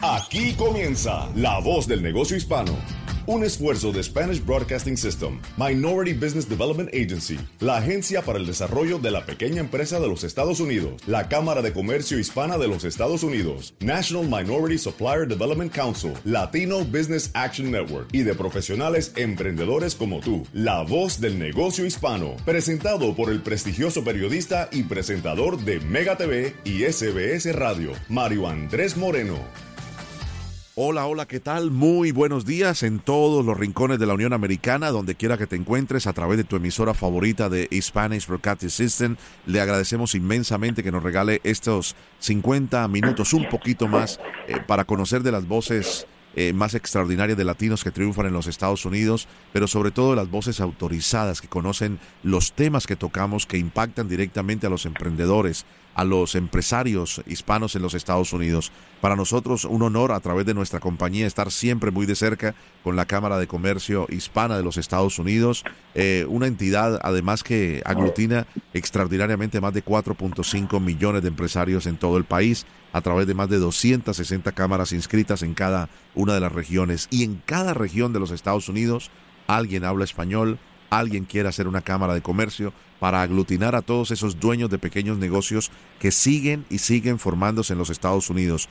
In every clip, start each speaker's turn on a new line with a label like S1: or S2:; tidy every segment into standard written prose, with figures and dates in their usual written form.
S1: Aquí comienza La Voz del Negocio Hispano, un esfuerzo de Spanish Broadcasting System, Minority Business Development Agency, la agencia para el desarrollo de la pequeña empresa de los Estados Unidos, la Cámara de Comercio Hispana de los Estados Unidos, National Minority Supplier Development Council, Latino Business Action Network y de profesionales emprendedores como tú. La Voz del Negocio Hispano, presentado por el prestigioso periodista y presentador de Mega TV y SBS Radio, Mario Andrés Moreno.
S2: Hola, ¿qué tal? Muy buenos días en todos los rincones de la Unión Americana, donde quiera que te encuentres a través de tu emisora favorita de Spanish Broadcasting System. Le agradecemos inmensamente que nos regale estos 50 minutos, un poquito más, para conocer de las voces más extraordinarias de latinos que triunfan en los Estados Unidos, pero sobre todo las voces autorizadas que conocen los temas que tocamos, que impactan directamente a los emprendedores, a los empresarios hispanos en los Estados Unidos. Para nosotros un honor a través de nuestra compañía estar siempre muy de cerca con la Cámara de Comercio Hispana de los Estados Unidos, una entidad además que aglutina extraordinariamente más de 4.5 millones de empresarios en todo el país, a través de más de 260 cámaras inscritas en cada una de las regiones. Y en cada región de los Estados Unidos alguien habla español, alguien quiere hacer una cámara de comercio para aglutinar a todos esos dueños de pequeños negocios que siguen y siguen formándose en los Estados Unidos.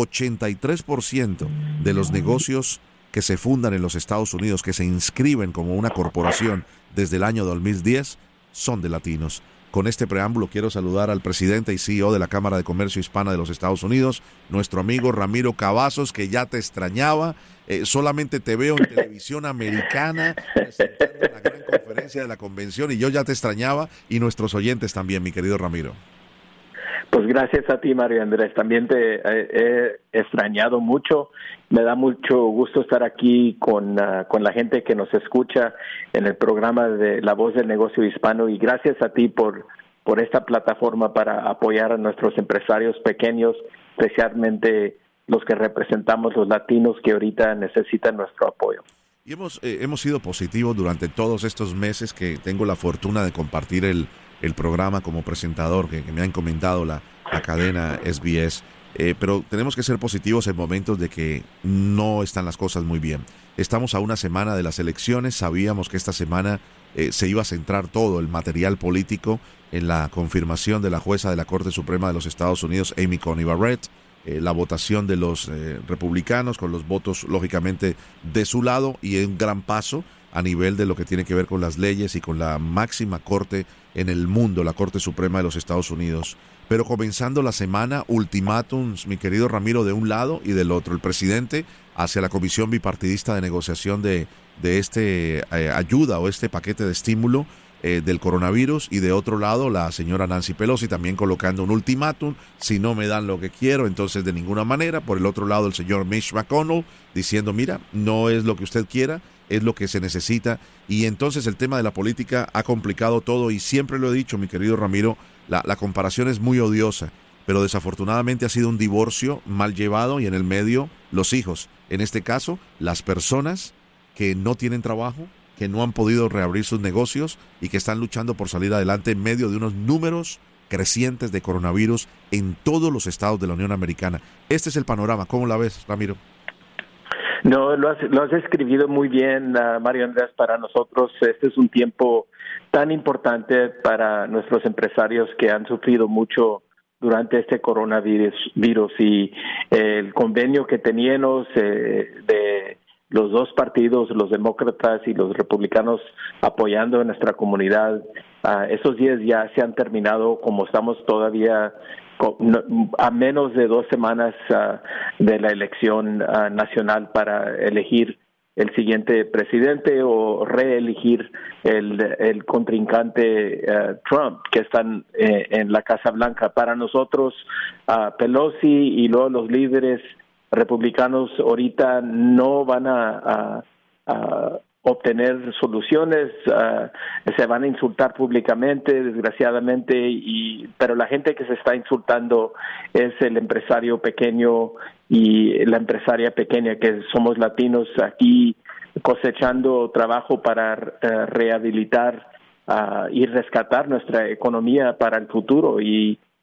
S2: 83% de los negocios que se fundan en los Estados Unidos, que se inscriben como una corporación desde el año 2010, son de latinos. Con este preámbulo quiero saludar al presidente y CEO de la Cámara de Comercio Hispana de los Estados Unidos, nuestro amigo Ramiro Cavazos, que ya te extrañaba. Solamente te veo en televisión americana presentando la gran conferencia de la convención y yo ya te extrañaba, y nuestros oyentes también, mi querido Ramiro.
S3: Pues gracias a ti, Mario Andrés. También te he extrañado mucho. Me da mucho gusto estar aquí con la gente que nos escucha en el programa de La Voz del Negocio Hispano, y gracias a ti por esta plataforma para apoyar a nuestros empresarios pequeños, especialmente los que representamos los latinos que ahorita necesitan nuestro apoyo.
S2: Y hemos sido positivos durante todos estos meses que tengo la fortuna de compartir el programa como presentador que me ha encomendado la cadena SBS. Pero tenemos que ser positivos en momentos de que no están las cosas muy bien. Estamos a una semana de las elecciones. Sabíamos que esta semana se iba a centrar todo el material político en la confirmación de la jueza de la Corte Suprema de los Estados Unidos, Amy Coney Barrett, la votación de los republicanos con los votos lógicamente de su lado, y un gran paso a nivel de lo que tiene que ver con las leyes y con la máxima corte en el mundo, la Corte Suprema de los Estados Unidos. Pero comenzando la semana, ultimátums, mi querido Ramiro, de un lado y del otro. El presidente hacia la Comisión Bipartidista de Negociación de este ayuda o este paquete de estímulo del coronavirus, y de otro lado la señora Nancy Pelosi también colocando un ultimátum: si no me dan lo que quiero, entonces de ninguna manera. Por el otro lado el señor Mitch McConnell diciendo: mira, no es lo que usted quiera, es lo que se necesita. Y entonces el tema de la política ha complicado todo, y siempre lo he dicho, mi querido Ramiro, la comparación es muy odiosa, pero desafortunadamente ha sido un divorcio mal llevado, y en el medio los hijos, en este caso las personas que no tienen trabajo, que no han podido reabrir sus negocios y que están luchando por salir adelante en medio de unos números crecientes de coronavirus en todos los estados de la Unión Americana. Este es el panorama. ¿Cómo la ves, Ramiro?
S3: No, lo has escrito muy bien, Mario Andrés. Para nosotros este es un tiempo tan importante para nuestros empresarios que han sufrido mucho durante este coronavirus, y el convenio que teníamos de los dos partidos, los demócratas y los republicanos, apoyando a nuestra comunidad, esos días ya se han terminado. Como estamos todavía a menos de 2 semanas de la elección nacional para elegir el siguiente presidente o reelegir el contrincante Trump, que están en la Casa Blanca. Para nosotros, Pelosi y luego los líderes republicanos ahorita no van a obtener soluciones, se van a insultar públicamente, desgraciadamente, pero la gente que se está insultando es el empresario pequeño y la empresaria pequeña, que somos latinos aquí cosechando trabajo para rehabilitar y rescatar nuestra economía para el futuro. Y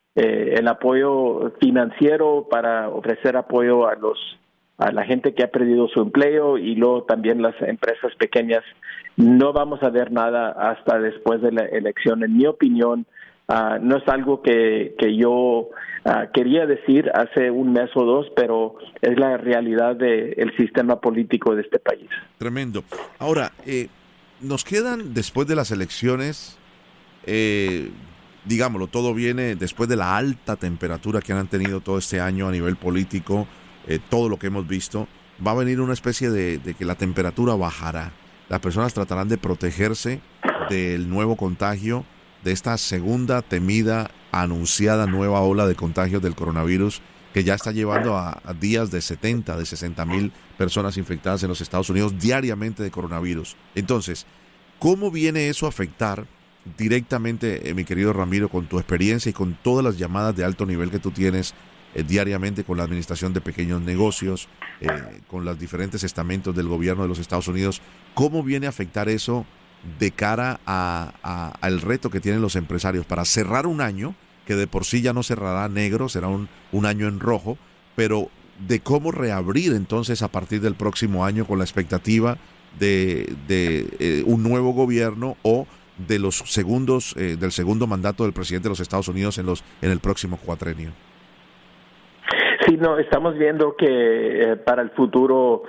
S3: el apoyo financiero para ofrecer apoyo a la gente que ha perdido su empleo y luego también las empresas pequeñas. No vamos a ver nada hasta después de la elección. En mi opinión, no es algo que yo quería decir hace un mes o dos, pero es la realidad del sistema político de este país.
S2: Tremendo. Ahora, nos quedan después de las elecciones, digámoslo, todo viene después de la alta temperatura que han tenido todo este año a nivel político, todo lo que hemos visto, va a venir una especie de que la temperatura bajará. Las personas tratarán de protegerse del nuevo contagio, de esta segunda temida, anunciada nueva ola de contagios del coronavirus, que ya está llevando a días de 60,000 personas infectadas en los Estados Unidos diariamente de coronavirus. Entonces, ¿cómo viene eso a afectar directamente, mi querido Ramiro, con tu experiencia y con todas las llamadas de alto nivel que tú tienes diariamente con la administración de pequeños negocios, con los diferentes estamentos del gobierno de los Estados Unidos? ¿Cómo viene a afectar eso de cara al reto que tienen los empresarios para cerrar un año que de por sí ya no cerrará negro, será un año en rojo, pero de cómo reabrir entonces a partir del próximo año con la expectativa de un nuevo gobierno o de los del segundo mandato del presidente de los Estados Unidos en el próximo cuatrenio?
S3: Sí, no, estamos viendo que para el futuro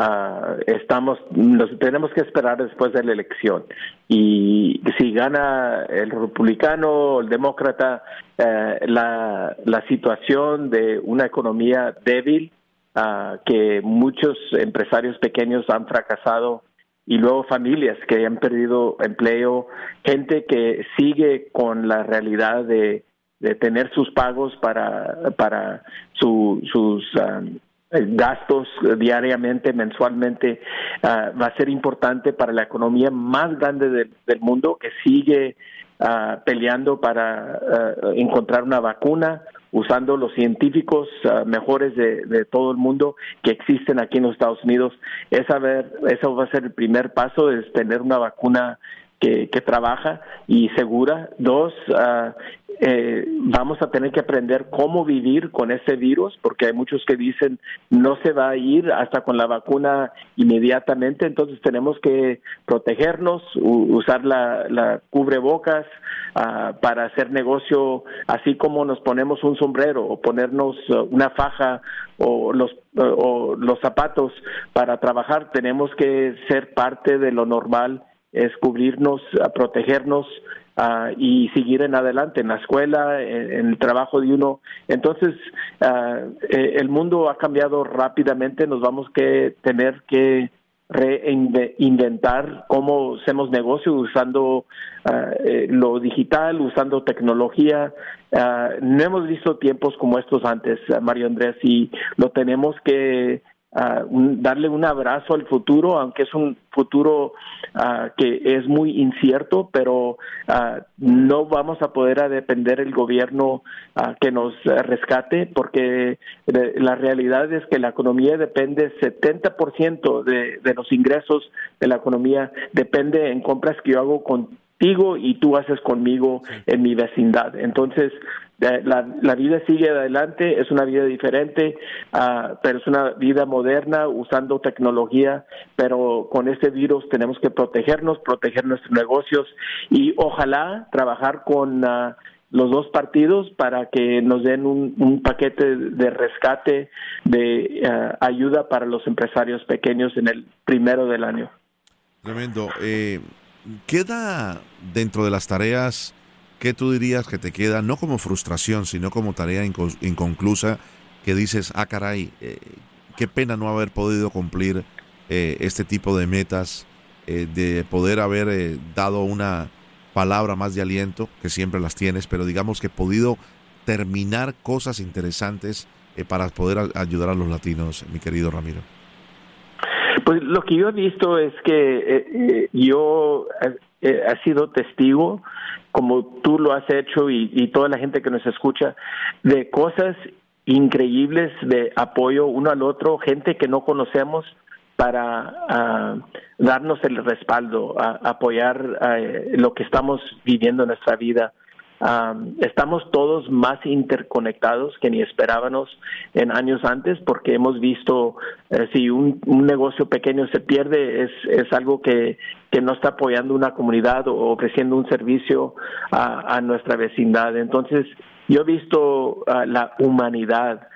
S3: nos tenemos que esperar después de la elección. Y si gana el republicano o el demócrata, la situación de una economía débil, que muchos empresarios pequeños han fracasado, y luego familias que han perdido empleo, gente que sigue con la realidad de tener sus pagos para sus gastos diariamente, mensualmente, va a ser importante para la economía más grande del mundo, que sigue peleando para encontrar una vacuna, usando los científicos mejores de todo el mundo que existen aquí en los Estados Unidos. Eso va a ser el primer paso, es tener una vacuna que trabaja y segura. Dos, vamos a tener que aprender cómo vivir con ese virus, porque hay muchos que dicen no se va a ir hasta con la vacuna inmediatamente. Entonces tenemos que protegernos, usar la cubrebocas para hacer negocio, así como nos ponemos un sombrero o ponernos una faja o los zapatos para trabajar. Tenemos que ser parte de lo normal, es cubrirnos, protegernos y seguir en adelante en la escuela, en el trabajo de uno. Entonces, el mundo ha cambiado rápidamente, nos vamos a tener que reinventar cómo hacemos negocio usando lo digital, usando tecnología. No hemos visto tiempos como estos antes, Mario Andrés, y lo tenemos que darle un abrazo al futuro, aunque es un futuro que es muy incierto, pero no vamos a poder depender del gobierno que nos rescate, porque la realidad es que la economía depende, 70% de los ingresos de la economía depende en compras que yo hago contigo y tú haces conmigo en mi vecindad. Entonces, la vida sigue adelante, es una vida diferente, pero es una vida moderna, usando tecnología, pero con este virus tenemos que protegernos, proteger nuestros negocios y ojalá trabajar con los dos partidos para que nos den un paquete de rescate, de ayuda para los empresarios pequeños en el primero del año.
S2: Tremendo. ¿Queda dentro de las tareas que tú dirías que te queda, no como frustración, sino como tarea inconclusa, que dices, caray, qué pena no haber podido cumplir este tipo de metas, de poder haber dado una palabra más de aliento, que siempre las tienes, pero digamos que he podido terminar cosas interesantes para poder ayudar a los latinos, mi querido Ramiro?
S3: Pues lo que yo he visto es que yo he sido testigo, como tú lo has hecho y toda la gente que nos escucha, de cosas increíbles de apoyo uno al otro, gente que no conocemos, para darnos el respaldo, apoyar lo que estamos viviendo en nuestra vida. Estamos todos más interconectados que ni esperábamos en años antes, porque hemos visto si un negocio pequeño se pierde, es algo que no está apoyando una comunidad o ofreciendo un servicio a nuestra vecindad. Entonces, yo he visto la humanidad,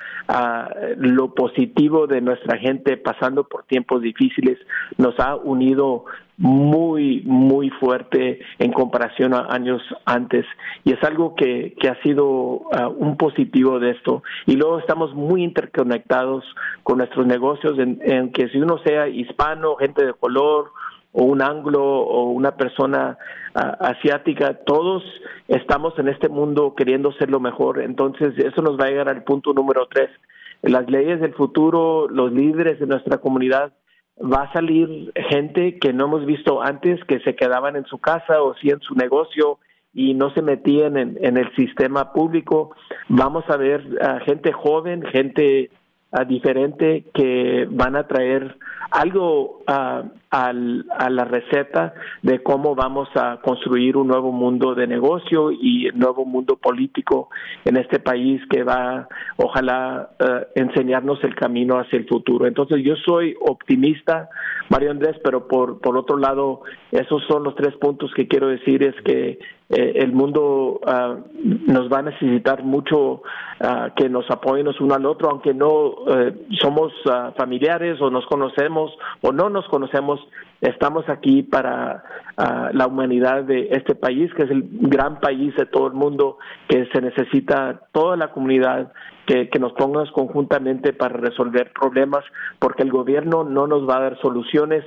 S3: lo positivo de nuestra gente pasando por tiempos difíciles, nos ha unido muy, muy fuerte en comparación a años antes, y es algo que ha sido un positivo de esto. Y luego estamos muy interconectados con nuestros negocios, en que si uno sea hispano, gente de color, o un anglo o una persona asiática, todos estamos en este mundo queriendo ser lo mejor. Entonces eso nos va a llegar al punto número 3. Las leyes del futuro, los líderes de nuestra comunidad, va a salir gente que no hemos visto antes, que se quedaban en su casa o sí en su negocio y no se metían en el sistema público. Vamos a ver gente joven, gente diferente, que van a traer algo a la receta de cómo vamos a construir un nuevo mundo de negocio y un nuevo mundo político en este país, que va, ojalá, enseñarnos el camino hacia el futuro. Entonces yo soy optimista, Mario Andrés, pero por otro lado, esos son los 3 puntos que quiero decir, es que el mundo nos va a necesitar mucho, que nos apoyemos uno al otro, aunque no somos familiares o nos conocemos o no nos conocemos. Estamos aquí para la humanidad de este país, que es el gran país de todo el mundo, que se necesita toda la comunidad, que nos pongamos conjuntamente para resolver problemas, porque el gobierno no nos va a dar soluciones.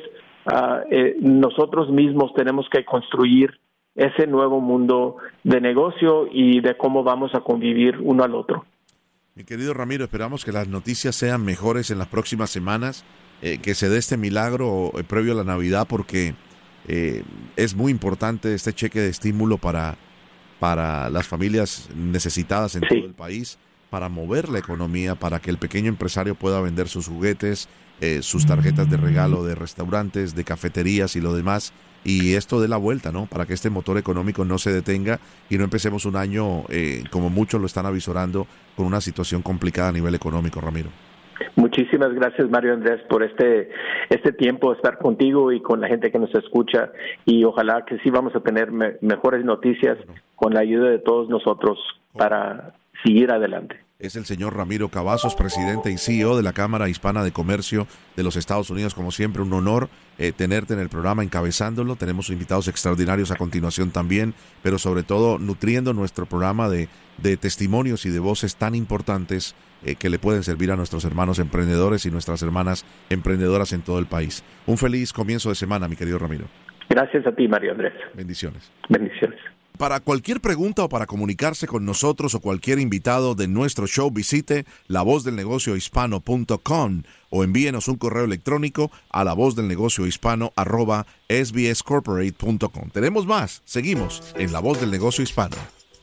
S3: Nosotros mismos tenemos que construir ese nuevo mundo de negocio y de cómo vamos a convivir uno al otro.
S2: Mi querido Ramiro, esperamos que las noticias sean mejores en las próximas semanas, que se dé este milagro previo a la Navidad, porque es muy importante este cheque de estímulo para las familias necesitadas en todo el país, para mover la economía, para que el pequeño empresario pueda vender sus juguetes, sus tarjetas de regalo de restaurantes, de cafeterías y lo demás, y esto dé la vuelta, ¿no? Para que este motor económico no se detenga y no empecemos un año, como muchos lo están avisorando, con una situación complicada a nivel económico, Ramiro.
S3: Muchísimas gracias, Mario Andrés, por este tiempo de estar contigo y con la gente que nos escucha, y ojalá que sí vamos a tener mejores noticias con la ayuda de todos nosotros para seguir adelante.
S2: Es el señor Ramiro Cavazos, presidente y CEO de la Cámara Hispana de Comercio de los Estados Unidos. Como siempre, un honor tenerte en el programa, encabezándolo. Tenemos invitados extraordinarios a continuación también, pero sobre todo nutriendo nuestro programa de testimonios y de voces tan importantes que le pueden servir a nuestros hermanos emprendedores y nuestras hermanas emprendedoras en todo el país. Un feliz comienzo de semana, mi querido Ramiro.
S3: Gracias a ti, Mario Andrés.
S2: Bendiciones.
S3: Bendiciones.
S2: Para cualquier pregunta o para comunicarse con nosotros o cualquier invitado de nuestro show, visite lavozdelnegociohispano.com o envíenos un correo electrónico a lavozdelnegociohispano@sbscorporate.com. Tenemos más. Seguimos en La Voz del Negocio Hispano.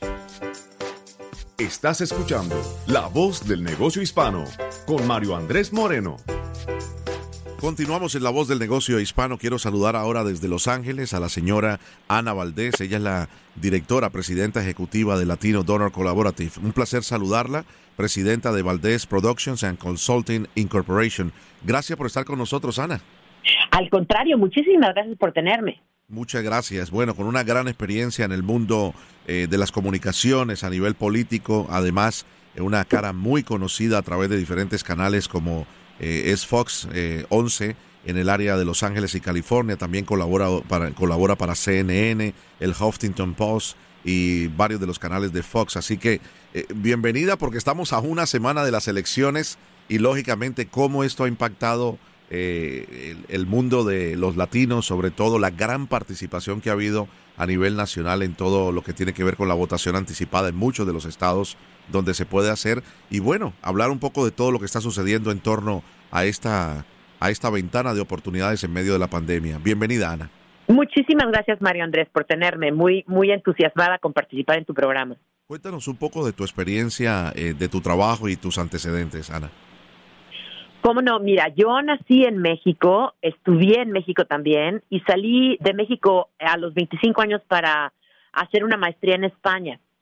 S1: Estás escuchando La Voz del Negocio Hispano con Mario Andrés Moreno.
S2: Continuamos en La Voz del Negocio Hispano. Quiero saludar ahora desde Los Ángeles a la señora Ana Valdés. Ella es la directora, presidenta ejecutiva de Latino Donor Collaborative. Un placer saludarla, presidenta de Valdés Productions and Consulting Incorporation. Gracias por estar con nosotros, Ana.
S4: Al contrario, muchísimas gracias por tenerme.
S2: Muchas gracias. Bueno, con una gran experiencia en el mundo de las comunicaciones a nivel político, además una cara muy conocida a través de diferentes canales como es Fox 11 en el área de Los Ángeles y California. También colabora para CNN, el Huffington Post y varios de los canales de Fox. Así que bienvenida, porque estamos a una semana de las elecciones y lógicamente cómo esto ha impactado el mundo de los latinos, sobre todo la gran participación que ha habido a nivel nacional en todo lo que tiene que ver con la votación anticipada en muchos de los estados donde se puede hacer, y bueno, hablar un poco de todo lo que está sucediendo en torno a esta ventana de oportunidades en medio de la pandemia. Bienvenida, Ana.
S4: Muchísimas gracias, Mario Andrés, por tenerme. Muy, muy entusiasmada con participar en tu programa.
S2: Cuéntanos un poco de tu experiencia, de tu trabajo y tus antecedentes, Ana.
S4: ¿Cómo no? Mira, yo nací en México, estudié en México también y salí de México a los 25 años para hacer una maestría en España.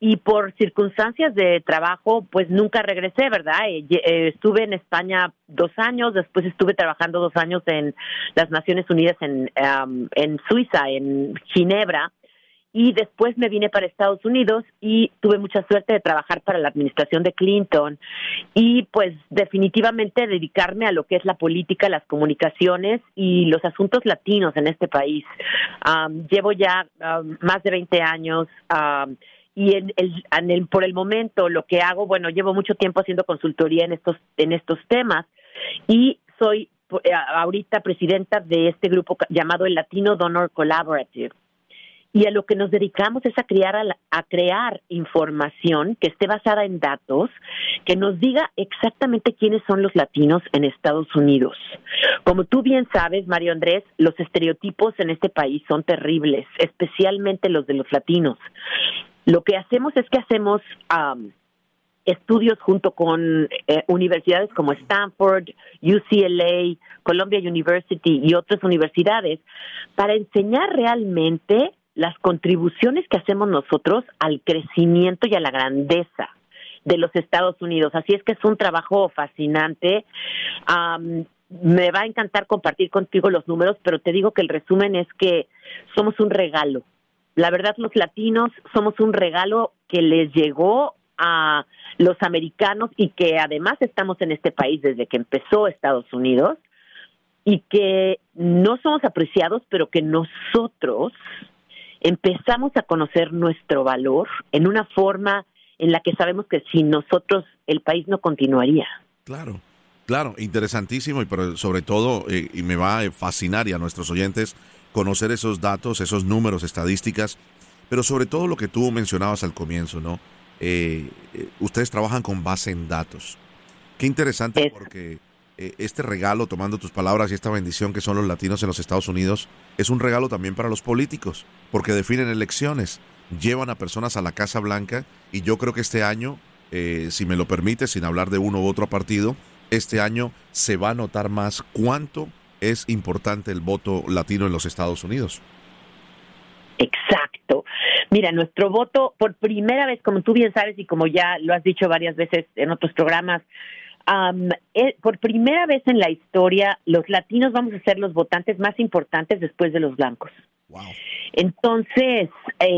S4: y por circunstancias de trabajo, pues nunca regresé, ¿verdad? Estuve en España 2 años, después estuve trabajando 2 años en las Naciones Unidas en Suiza, en Ginebra, y después me vine para Estados Unidos y tuve mucha suerte de trabajar para la administración de Clinton y pues definitivamente dedicarme a lo que es la política, las comunicaciones y los asuntos latinos en este país. Llevo ya más de 20 años y por el momento lo que hago, bueno, llevo mucho tiempo haciendo consultoría en estos temas y soy ahorita presidenta de este grupo llamado el Latino Donor Collaborative. Y a lo que nos dedicamos es a crear información que esté basada en datos, que nos diga exactamente quiénes son los latinos en Estados Unidos. Como tú bien sabes, Mario Andrés, los estereotipos en este país son terribles, especialmente los de los latinos. Lo que hacemos es que hacemos estudios junto con universidades como Stanford, UCLA, Columbia University y otras universidades para enseñar realmente las contribuciones que hacemos nosotros al crecimiento y a la grandeza de los Estados Unidos. Así es que es un trabajo fascinante. Me va a encantar compartir contigo los números, pero te digo que el resumen es que somos un regalo. La verdad, los latinos somos un regalo que les llegó a los americanos y que además estamos en este país desde que empezó Estados Unidos y que no somos apreciados, pero que nosotros empezamos a conocer nuestro valor en una forma en la que sabemos que sin nosotros el país no continuaría.
S2: Claro, claro, interesantísimo y pero sobre todo, y me va a fascinar y a nuestros oyentes conocer esos datos, esos números, estadísticas, pero sobre todo lo que tú mencionabas al comienzo, ¿no? Ustedes trabajan con base en datos. Qué interesante porque este regalo, tomando tus palabras y esta bendición que son los latinos en los Estados Unidos, es un regalo también para los políticos, porque definen elecciones, llevan a personas a la Casa Blanca y yo creo que este año, si me lo permite, sin hablar de uno u otro partido, este año se va a notar más cuánto es importante el voto latino en los Estados Unidos.
S4: Exacto. Mira, nuestro voto, por primera vez, como tú bien sabes y como ya lo has dicho varias veces en otros programas, por primera vez en la historia, los latinos vamos a ser los votantes más importantes después de los blancos.
S2: Wow.
S4: Entonces,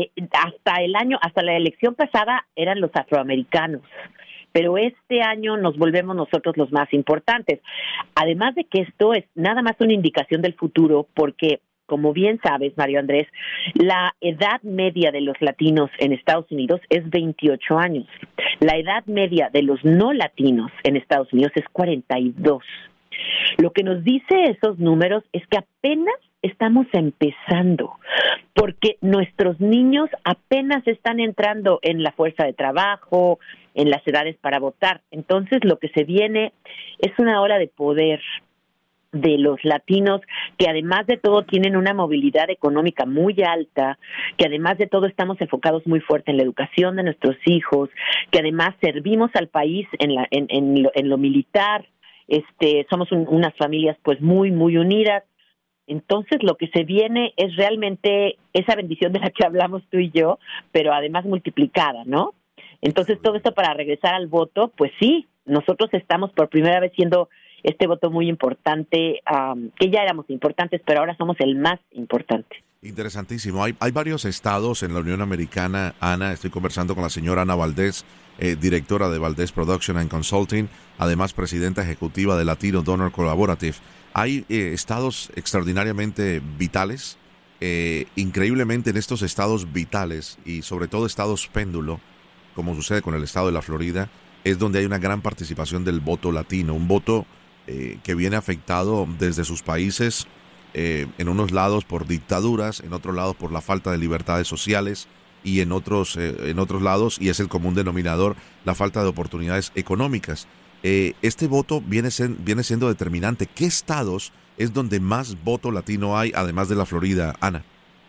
S4: hasta la elección pasada eran los afroamericanos, pero este año nos volvemos nosotros los más importantes. Además de que esto es nada más una indicación del futuro, porque como bien sabes, Mario Andrés, la edad media de los latinos en Estados Unidos es 28 años. La edad media de los no latinos en Estados Unidos es 42. Lo que nos dice esos números es que apenas estamos empezando, porque nuestros niños apenas están entrando en la fuerza de trabajo, en las edades para votar. Entonces, lo que se viene es una ola de poder de los latinos, que además de todo tienen una movilidad económica muy alta, que además de todo estamos enfocados muy fuerte en la educación de nuestros hijos, que además servimos al país en lo militar, somos unas familias pues muy, muy unidas. Entonces lo que se viene es realmente esa bendición de la que hablamos tú y yo, pero además multiplicada, ¿no? Entonces todo esto para regresar al voto, pues sí, nosotros estamos por primera vez siendo este voto muy importante, que ya éramos importantes, pero ahora somos el más importante.
S2: Interesantísimo. Hay varios estados en la Unión Americana, Ana. Estoy conversando con la señora Ana Valdés, directora de Valdés Production and Consulting, además presidenta ejecutiva de Latino Donor Collaborative. Hay estados extraordinariamente vitales, increíblemente en estos estados vitales y sobre todo estados péndulo, como sucede con el estado de la Florida, es donde hay una gran participación del voto latino, un voto que viene afectado desde sus países, en unos lados por dictaduras, en otros lados por la falta de libertades sociales y en otros lados, y es el común denominador, la falta de oportunidades económicas. Este voto viene siendo determinante. ¿Qué estados es donde más voto latino hay, además de la Florida, Ana?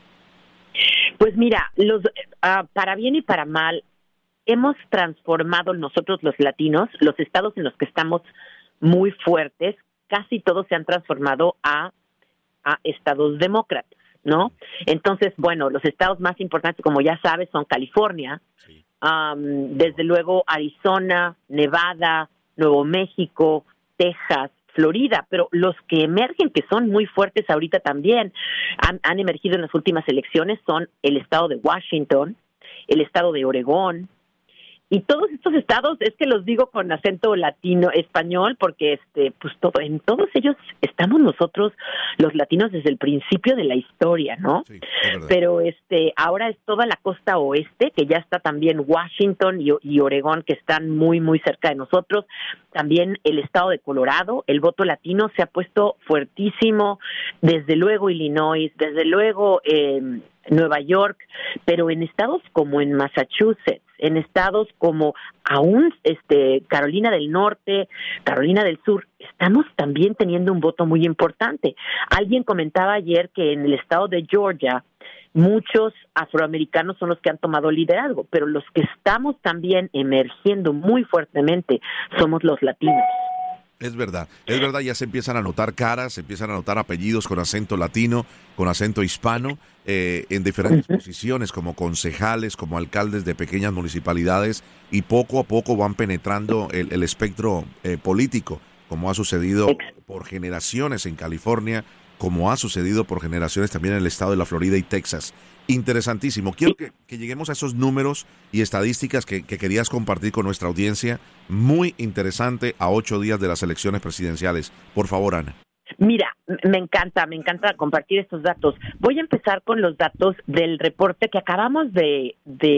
S4: Pues mira, para bien y para mal, hemos transformado nosotros los latinos, los estados en los que estamos muy fuertes, casi todos se han transformado a estados demócratas, ¿no? Entonces, bueno, los estados más importantes, como ya sabes, son California, sí, desde luego Arizona, Nevada, Nuevo México, Texas, Florida, pero los que emergen, que son muy fuertes ahorita también, han emergido en las últimas elecciones, son el estado de Washington, el estado de Oregón, y todos estos estados, es que los digo con acento latino, español, porque pues en todos ellos estamos nosotros, los latinos, desde el principio de la historia, ¿no? Sí, pero ahora es toda la costa oeste, que ya está también Washington y Oregón, que están muy, muy cerca de nosotros. También el estado de Colorado, el voto latino se ha puesto fuertísimo, desde luego Illinois, desde luego Nueva York, pero en estados como en Massachusetts, en estados como aún Carolina del Norte, Carolina del Sur, estamos también teniendo un voto muy importante. Alguien comentaba ayer que en el estado de Georgia muchos afroamericanos son los que han tomado liderazgo, pero los que estamos también emergiendo muy fuertemente somos los latinos.
S2: Es verdad, ya se empiezan a notar caras, se empiezan a notar apellidos con acento latino, con acento hispano, en diferentes posiciones, como concejales, como alcaldes de pequeñas municipalidades, y poco a poco van penetrando el espectro político, como ha sucedido por generaciones en California, como ha sucedido por generaciones también en el estado de la Florida y Texas. Interesantísimo. Quiero que lleguemos a esos números y estadísticas que querías compartir con nuestra audiencia. Muy interesante a 8 días de las elecciones presidenciales. Por favor, Ana.
S4: Mira, me encanta compartir estos datos. Voy a empezar con los datos del reporte que acabamos de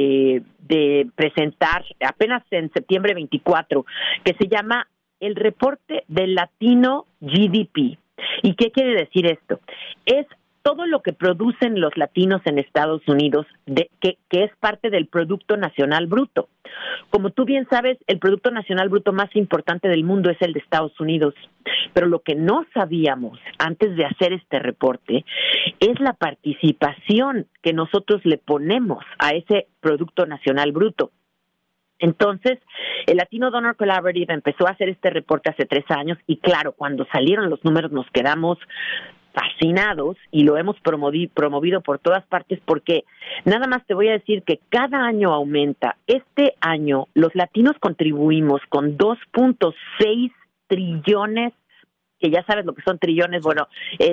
S4: presentar apenas en septiembre 24, que se llama el reporte del Latino GDP. ¿Y qué quiere decir esto? Es todo lo que producen los latinos en Estados Unidos, que es parte del Producto Nacional Bruto. Como tú bien sabes, el Producto Nacional Bruto más importante del mundo es el de Estados Unidos. Pero lo que no sabíamos antes de hacer este reporte es la participación que nosotros le ponemos a ese Producto Nacional Bruto. Entonces, el Latino Donor Collaborative empezó a hacer este reporte hace 3 años y claro, cuando salieron los números nos quedamos fascinados y lo hemos promovido por todas partes porque nada más te voy a decir que cada año aumenta. Este año los latinos contribuimos con 2.6 trillones, que ya sabes lo que son trillones, bueno,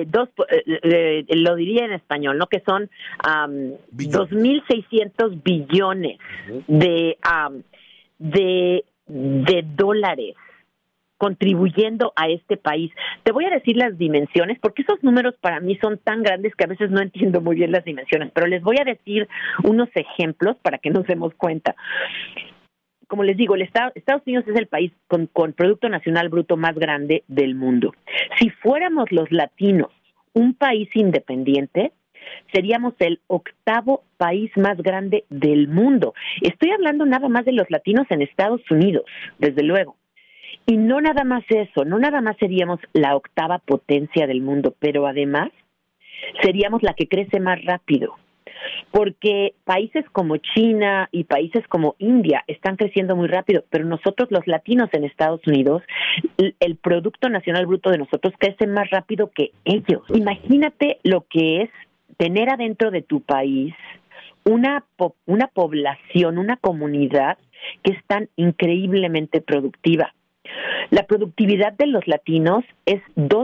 S4: lo diría en español, ¿no? Que son 2.600 billones de dólares contribuyendo a este país. Te voy a decir las dimensiones, porque esos números para mí son tan grandes que a veces no entiendo muy bien las dimensiones, pero les voy a decir unos ejemplos para que nos demos cuenta. Como les digo, Estados Unidos es el país con Producto Nacional Bruto más grande del mundo. Si fuéramos los latinos un país independiente, seríamos el 8º país más grande del mundo. Estoy hablando nada más de los latinos en Estados Unidos, desde luego. Y no nada más eso, no nada más seríamos la 8ª potencia del mundo, pero además seríamos la que crece más rápido. Porque países como China y países como India están creciendo muy rápido, pero nosotros los latinos en Estados Unidos, el Producto Nacional Bruto de nosotros crece más rápido que ellos. Imagínate lo que es tener adentro de tu país una población, una comunidad que es tan increíblemente productiva. La productividad de los latinos es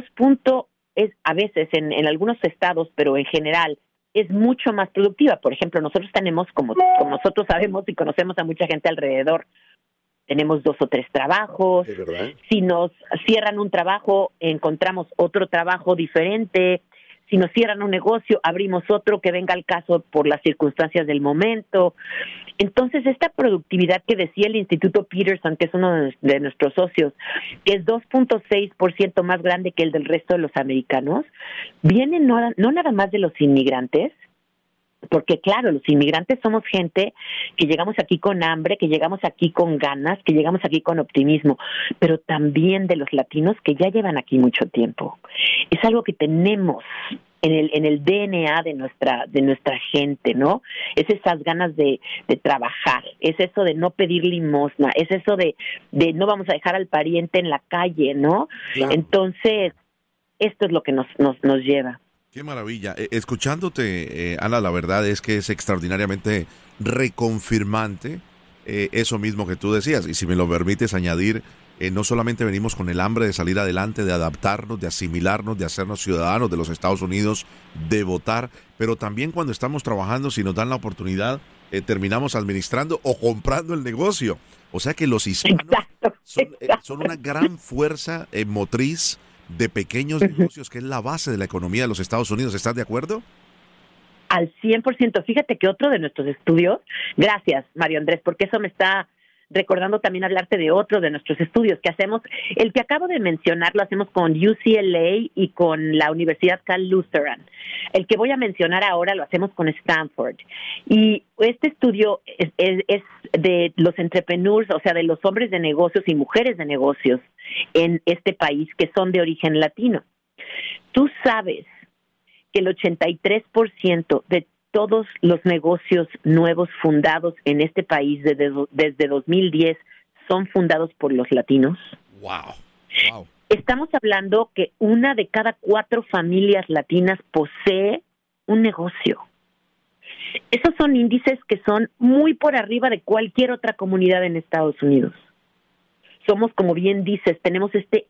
S4: a veces en algunos estados, pero en general es mucho más productiva. Por ejemplo, nosotros tenemos, como nosotros sabemos y conocemos a mucha gente alrededor, tenemos 2 o 3 trabajos. ¿Es verdad? Si nos cierran un trabajo, encontramos otro trabajo diferente. Si nos cierran un negocio, abrimos otro que venga al caso por las circunstancias del momento. Entonces, esta productividad que decía el Instituto Peterson, que es uno de nuestros socios, que es 2.6% más grande que el del resto de los americanos, viene no nada más de los inmigrantes, porque claro, los inmigrantes somos gente que llegamos aquí con hambre, que llegamos aquí con ganas, que llegamos aquí con optimismo, pero también de los latinos que ya llevan aquí mucho tiempo. Es algo que tenemos en el DNA de nuestra gente, ¿no? Es esas ganas de trabajar, es eso de no pedir limosna, es eso de no vamos a dejar al pariente en la calle, ¿no? Claro. Entonces, esto es lo que nos lleva.
S2: Qué maravilla. Escuchándote, Ana, la verdad es que es extraordinariamente reconfirmante eso mismo que tú decías. Y si me lo permites añadir, no solamente venimos con el hambre de salir adelante, de adaptarnos, de asimilarnos, de hacernos ciudadanos de los Estados Unidos, de votar, pero también cuando estamos trabajando, si nos dan la oportunidad, terminamos administrando o comprando el negocio. O sea que los hispanos son una gran fuerza motriz de pequeños negocios, que es la base de la economía de los Estados Unidos. ¿Estás de acuerdo?
S4: Al 100%. Fíjate que otro de nuestros estudios, gracias Mario Andrés, porque eso me está recordando también hablarte de otro de nuestros estudios que hacemos. El que acabo de mencionar lo hacemos con UCLA y con la Universidad Cal Lutheran. El que voy a mencionar ahora lo hacemos con Stanford. Y este estudio es de los entrepreneurs, o sea, de los hombres de negocios y mujeres de negocios en este país que son de origen latino. Tú sabes que el 83% de todos los negocios nuevos fundados en este país desde 2010 son fundados por los latinos. Wow. Estamos hablando que 1 de cada 4 familias latinas posee un negocio. Esos son índices que son muy por arriba de cualquier otra comunidad en Estados Unidos. Somos, como bien dices, tenemos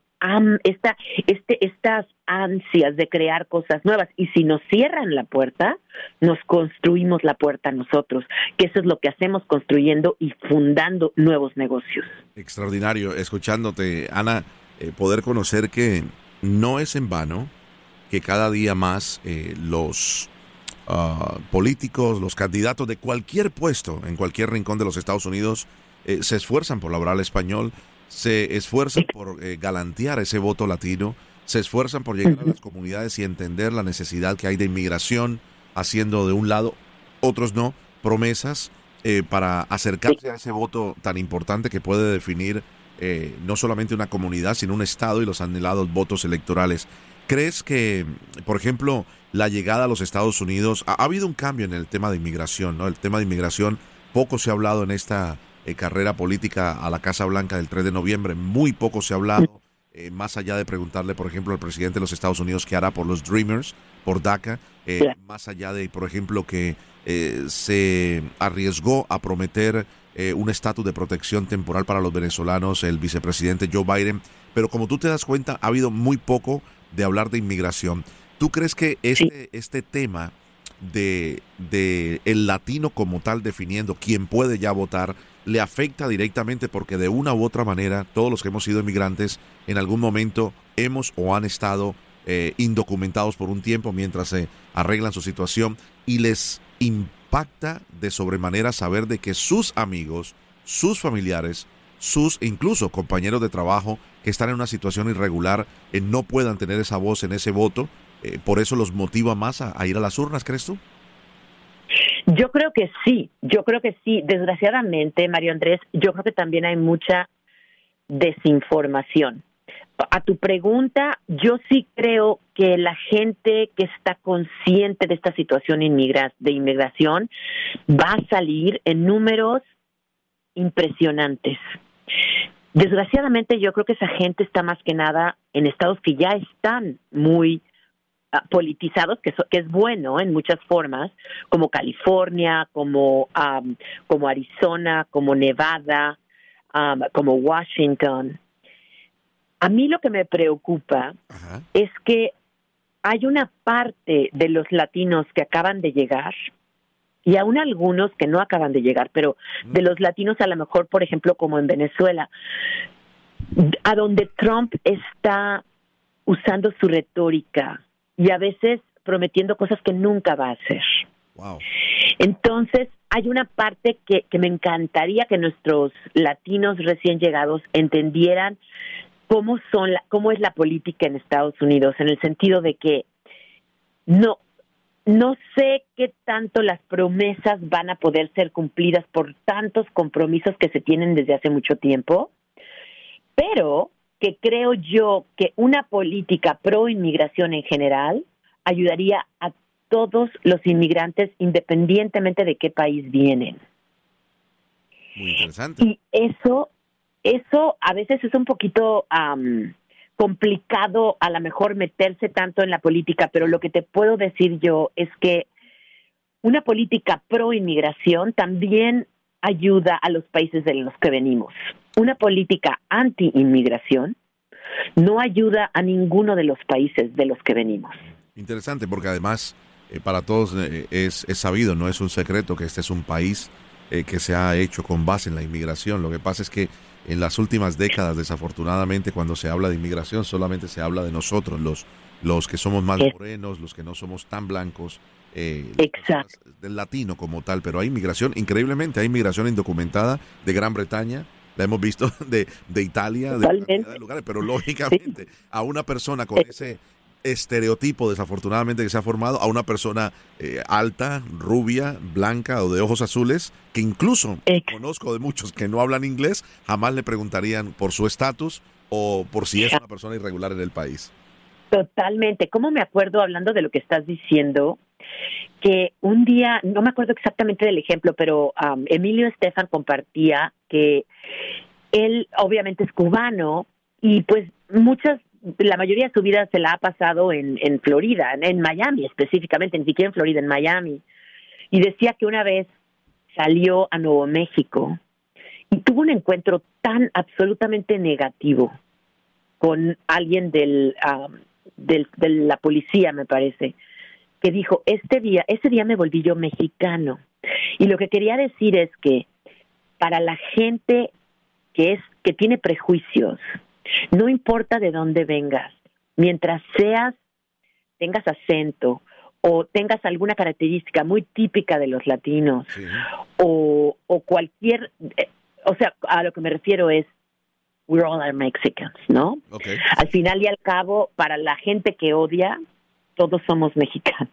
S4: estas ansias de crear cosas nuevas, y si nos cierran la puerta, nos construimos la puerta nosotros, que eso es lo que hacemos, construyendo y fundando nuevos negocios.
S2: Extraordinario, escuchándote, Ana, poder conocer que no es en vano que cada día más los políticos, los candidatos de cualquier puesto en cualquier rincón de los Estados Unidos se esfuerzan por hablar español, se esfuerzan por galantear ese voto latino, se esfuerzan por llegar a las comunidades y entender la necesidad que hay de inmigración, haciendo de un lado, otros no, promesas para acercarse a ese voto tan importante que puede definir no solamente una comunidad, sino un estado y los anhelados votos electorales. ¿Crees que, por ejemplo, la llegada a los Estados Unidos, ha habido un cambio en el tema de inmigración, ¿no? El tema de inmigración, poco se ha hablado en esta carrera política a la Casa Blanca del 3 de noviembre, muy poco se ha hablado, más allá de preguntarle, por ejemplo, al presidente de los Estados Unidos qué hará por los Dreamers, por DACA, más allá de, por ejemplo, que se arriesgó a prometer un estatus de protección temporal para los venezolanos, el vicepresidente Joe Biden, pero como tú te das cuenta, ha habido muy poco de hablar de inmigración. ¿Tú crees que este tema de el latino como tal definiendo quién puede ya votar le afecta directamente, porque de una u otra manera todos los que hemos sido inmigrantes en algún momento hemos o han estado indocumentados por un tiempo mientras se arreglan su situación, y les impacta de sobremanera saber de que sus amigos, sus familiares, sus incluso compañeros de trabajo que están en una situación irregular no puedan tener esa voz en ese voto? ¿Por eso los motiva más a ir a las urnas, crees tú?
S4: Yo creo que sí. Desgraciadamente, Mario Andrés, yo creo que también hay mucha desinformación. A tu pregunta, yo sí creo que la gente que está consciente de esta situación de inmigración va a salir en números impresionantes. Desgraciadamente, yo creo que esa gente está más que nada en estados que ya están muy politizados, que es bueno en muchas formas, como California, como Arizona, como Nevada, como Washington. A mí lo que me preocupa es que hay una parte de los latinos que acaban de llegar, y aún algunos que no acaban de llegar, pero de los latinos a lo mejor, por ejemplo, como en Venezuela, a donde Trump está usando su retórica y a veces prometiendo cosas que nunca va a hacer.
S2: Wow.
S4: Entonces, hay una parte que me encantaría que nuestros latinos recién llegados entendieran cómo es la política en Estados Unidos, en el sentido de que no sé qué tanto las promesas van a poder ser cumplidas por tantos compromisos que se tienen desde hace mucho tiempo, pero que creo yo que una política pro inmigración en general ayudaría a todos los inmigrantes independientemente de qué país vienen.
S2: Muy interesante.
S4: Y eso a veces es un poquito complicado a lo mejor meterse tanto en la política, pero lo que te puedo decir yo es que una política pro inmigración también ayuda a los países de los que venimos. Una política anti-inmigración no ayuda a ninguno de los países de los que venimos.
S2: Interesante, porque además para todos es sabido, no es un secreto que este es un país que se ha hecho con base en la inmigración. Lo que pasa es que en las últimas décadas, desafortunadamente, cuando se habla de inmigración, solamente se habla de nosotros, los que somos más morenos, los que no somos tan blancos, del latino como tal. Pero hay inmigración, increíblemente, hay inmigración indocumentada de Gran Bretaña, la hemos visto de Italia, de lugares, pero lógicamente a una persona con ese estereotipo, desafortunadamente, que se ha formado, a una persona alta, rubia, blanca o de ojos azules, que incluso conozco de muchos que no hablan inglés, jamás le preguntarían por su estatus o por si es una persona irregular en el país.
S4: Totalmente. ¿Cómo me acuerdo, hablando de lo que estás diciendo, que un día, no me acuerdo exactamente del ejemplo, pero Emilio Estefan compartía que él obviamente es cubano y pues la mayoría de su vida se la ha pasado en Florida, en Miami específicamente, ni siquiera en Florida, en Miami. Y decía que una vez salió a Nuevo México y tuvo un encuentro tan absolutamente negativo con alguien de la policía, me parece, que dijo, ese día me volví yo mexicano. Y lo que quería decir es que para la gente que tiene prejuicios, no importa de dónde vengas, mientras tengas acento o tengas alguna característica muy típica de los latinos, sí, o cualquier, o sea, a lo que me refiero es, we're all Mexicans, ¿no? Okay. Al final y al cabo, para la gente que odia, todos somos mexicanos.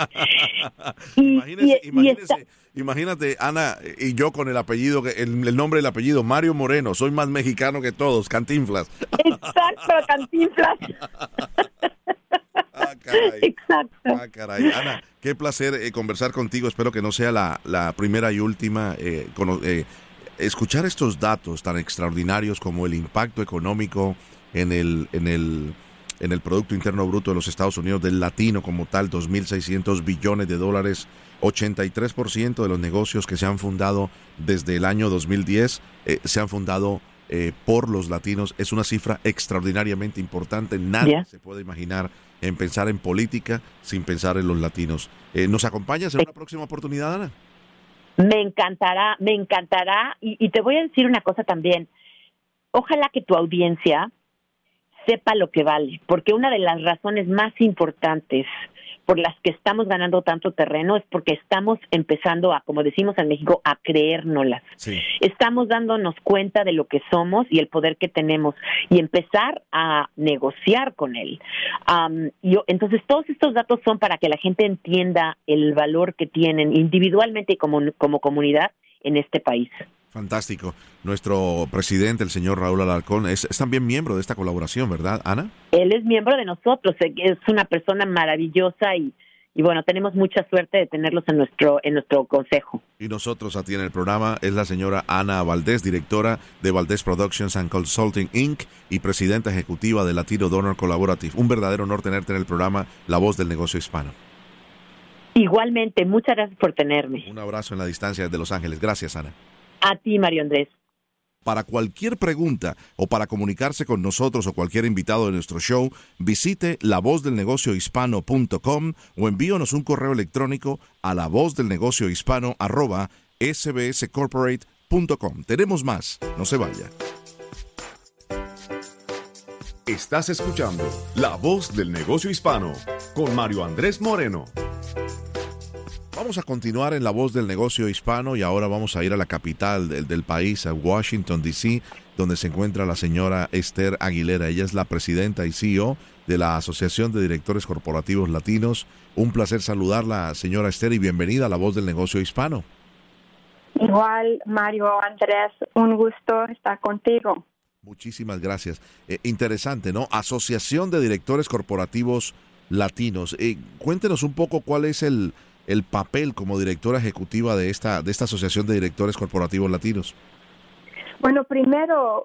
S2: Imagínate, Ana, y yo con el apellido, el nombre del apellido, Mario Moreno, soy más mexicano que todos, Cantinflas.
S4: Exacto, Cantinflas.
S2: Caray.
S4: Exacto.
S2: Caray. Ana, qué placer conversar contigo, espero que no sea la primera y última. Escuchar estos datos tan extraordinarios como el impacto económico en el Producto Interno Bruto de los Estados Unidos del latino como tal, 2.600 billones de dólares, 83% de los negocios que se han fundado desde el año 2010 se han fundado por los latinos. Es una cifra extraordinariamente importante. Nadie se puede imaginar en pensar en política sin pensar en los latinos. ¿Nos acompañas en una próxima oportunidad, Ana?
S4: Me encantará, y te voy a decir una cosa también. Ojalá que tu audiencia sepa lo que vale, porque una de las razones más importantes por las que estamos ganando tanto terreno es porque estamos empezando a, como decimos en México, a creérnoslas. Sí. Estamos dándonos cuenta de lo que somos y el poder que tenemos y empezar a negociar con él. Entonces, todos estos datos son para que la gente entienda el valor que tienen individualmente y como comunidad en este país.
S2: Fantástico. Nuestro presidente, el señor Raúl Alarcón, es también miembro de esta colaboración, ¿verdad, Ana?
S4: Él es miembro de nosotros, es una persona maravillosa y bueno, tenemos mucha suerte de tenerlos en nuestro consejo.
S2: Y nosotros aquí en el programa es la señora Ana Valdés, directora de Valdés Productions and Consulting Inc. y presidenta ejecutiva de Latino Donor Collaborative. Un verdadero honor tenerte en el programa La Voz del Negocio Hispano.
S4: Igualmente, muchas gracias por tenerme.
S2: Un abrazo en la distancia desde Los Ángeles. Gracias, Ana.
S4: A ti, Mario Andrés.
S2: Para cualquier pregunta o para comunicarse con nosotros o cualquier invitado de nuestro show, visite lavozdelnegociohispano.com o envíonos un correo electrónico a lavozdelnegociohispano@sbscorporate.com. Tenemos más, no se vaya.
S1: Estás escuchando La Voz del Negocio Hispano con Mario Andrés Moreno.
S2: Vamos a continuar en La Voz del Negocio Hispano y ahora vamos a ir a la capital del país, a Washington, D.C., donde se encuentra la señora Esther Aguilera. Ella es la presidenta y CEO de la Asociación de Directores Corporativos Latinos. Un placer saludarla, señora Esther, y bienvenida a La Voz del Negocio Hispano.
S5: Igual, Mario Andrés, un gusto estar contigo.
S2: Muchísimas gracias. Interesante, ¿no? Asociación de Directores Corporativos Latinos. Cuéntenos un poco cuál es el papel como directora ejecutiva de esta Asociación de Directores Corporativos Latinos.
S5: Bueno, primero,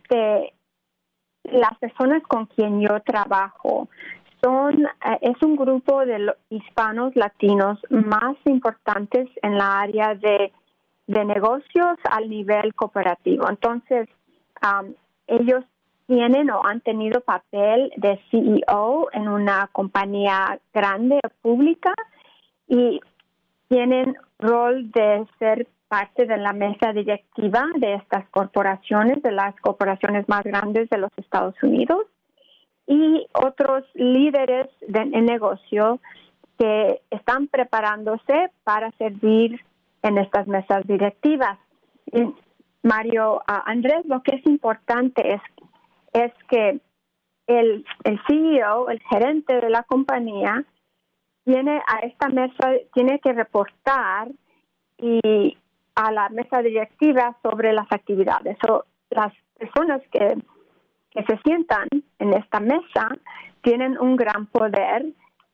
S5: las personas con quien yo trabajo es un grupo de hispanos latinos más importantes en la área de de negocios al nivel cooperativo. Entonces, ellos tienen o han tenido papel de CEO en una compañía grande o pública y tienen rol de ser parte de la mesa directiva de estas corporaciones, de las corporaciones más grandes de los Estados Unidos, y otros líderes en negocio que están preparándose para servir en estas mesas directivas. Y Mario, Andrés, lo que es importante es que el CEO, el gerente de la compañía, tiene a esta mesa, tiene que reportar y a la mesa directiva sobre las actividades. Las personas que se sientan en esta mesa tienen un gran poder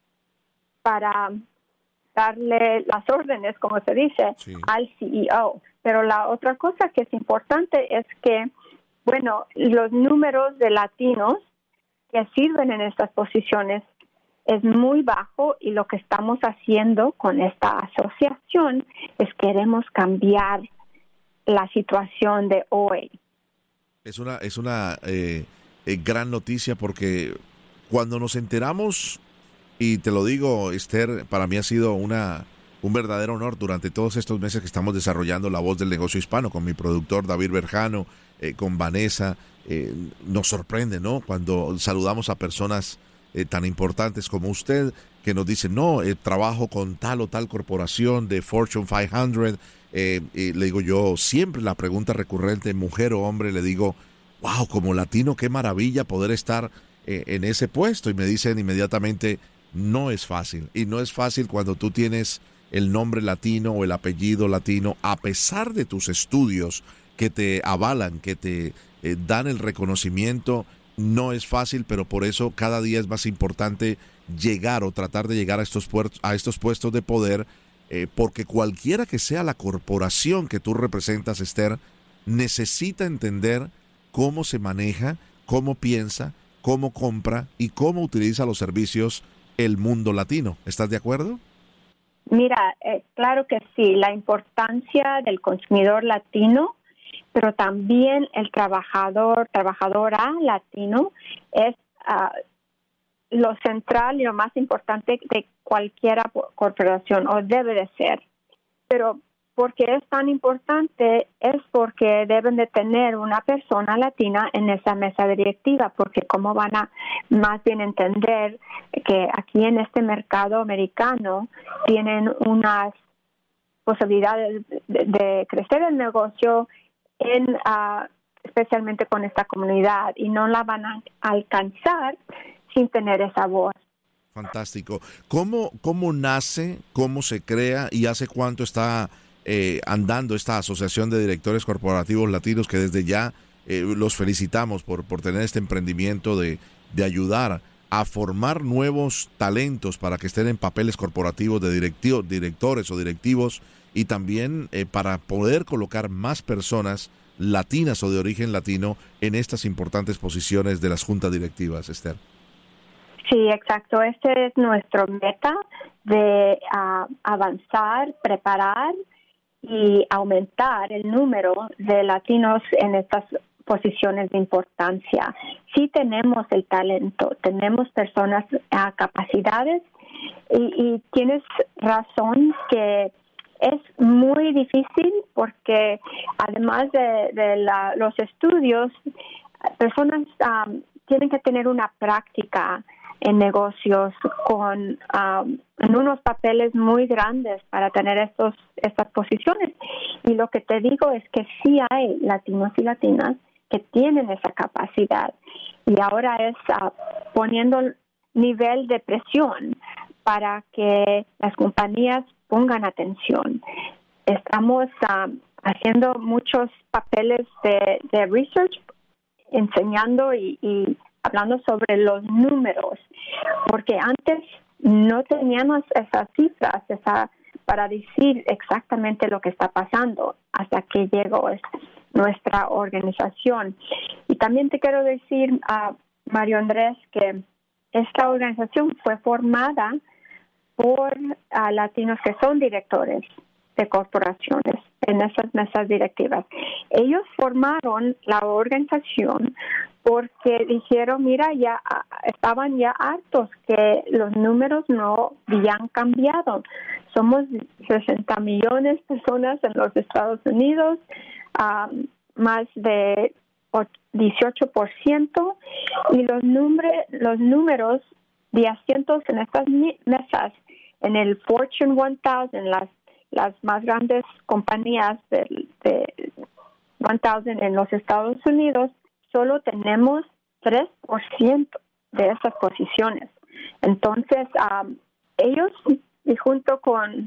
S5: para darle las órdenes, como se dice, sí, al CEO. Pero la otra cosa que es importante es que, bueno, los números de latinos que sirven en estas posiciones es muy bajo, y lo que estamos haciendo con esta asociación es queremos cambiar la situación de hoy.
S2: Es una gran noticia, porque cuando nos enteramos, y te lo digo, Esther, para mí ha sido un verdadero honor durante todos estos meses que estamos desarrollando La Voz del Negocio Hispano con mi productor David Berjano, con Vanessa. Nos sorprende, ¿no?, cuando saludamos a personas tan importantes como usted, que nos dicen, no, trabajo con tal o tal corporación de Fortune 500. Y le digo yo, siempre la pregunta recurrente, mujer o hombre, le digo, wow, como latino, qué maravilla poder estar en ese puesto. Y me dicen inmediatamente, no es fácil. Y no es fácil cuando tú tienes el nombre latino o el apellido latino, a pesar de tus estudios que te avalan, que te dan el reconocimiento. No es fácil, pero por eso cada día es más importante llegar o tratar de llegar a estos puestos de poder, porque cualquiera que sea la corporación que tú representas, Esther, necesita entender cómo se maneja, cómo piensa, cómo compra y cómo utiliza los servicios el mundo latino. ¿Estás de acuerdo?
S5: Mira, claro que sí, la importancia del consumidor latino, pero también el trabajadora latino es lo central y lo más importante de cualquier corporación, o debe de ser. Pero porque es tan importante es porque deben de tener una persona latina en esa mesa directiva, porque cómo van a más bien entender que aquí en este mercado americano tienen unas posibilidades de crecer el negocio especialmente con esta comunidad, y no la van a alcanzar sin tener esa voz.
S2: Fantástico. ¿Cómo nace, cómo se crea y hace cuánto está andando esta asociación de directores corporativos latinos, que desde ya los felicitamos por tener este emprendimiento de ayudar a formar nuevos talentos para que estén en papeles corporativos de directores o directivos, y también para poder colocar más personas latinas o de origen latino en estas importantes posiciones de las juntas directivas, Esther?
S5: Sí, exacto. Este es nuestro meta de avanzar, preparar y aumentar el número de latinos en estas posiciones de importancia. Sí tenemos el talento, tenemos personas capacidades, y tienes razón que es muy difícil, porque además de los estudios, personas tienen que tener una práctica en negocios en unos papeles muy grandes para tener estas posiciones. Y lo que te digo es que sí hay latinos y latinas que tienen esa capacidad, y ahora es poniendo nivel de presión para que las compañías pongan atención. Estamos haciendo muchos papeles de research, enseñando y hablando sobre los números, porque antes no teníamos esas cifras para decir exactamente lo que está pasando, hasta que llegó nuestra organización. Y también te quiero decir, Mario Andrés, que esta organización fue formada por latinos que son directores de corporaciones. en esas mesas directivas. Ellos formaron la organización porque dijeron, mira, ya estaban ya hartos que los números no habían cambiado. Somos 60 millones de personas en los Estados Unidos, más de 18%, y los números de asientos en estas mesas, en el Fortune 1000, las más grandes compañías de 1000 en los Estados Unidos, solo tenemos 3% de esas posiciones. Entonces, ellos, y junto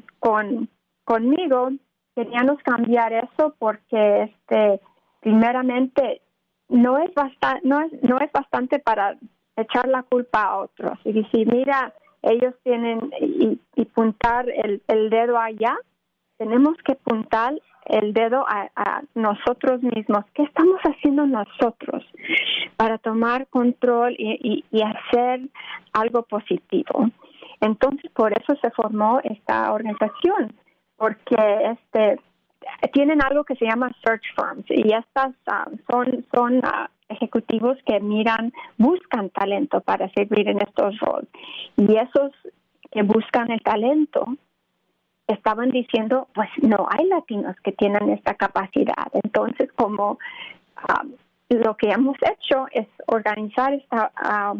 S5: conmigo, queríamos cambiar eso porque primeramente no es bastante para echar la culpa a otros. Y decir, mira, ellos tienen y puntar el dedo allá, tenemos que puntar el dedo a nosotros mismos. ¿Qué estamos haciendo nosotros para tomar control y hacer algo positivo? Entonces, por eso se formó esta organización, porque tienen algo que se llama search firms, y estas son ejecutivos que buscan talento para servir en estos roles. Y esos que buscan el talento estaban diciendo, pues no hay latinos que tienen esta capacidad. Entonces, como lo que hemos hecho es organizar esta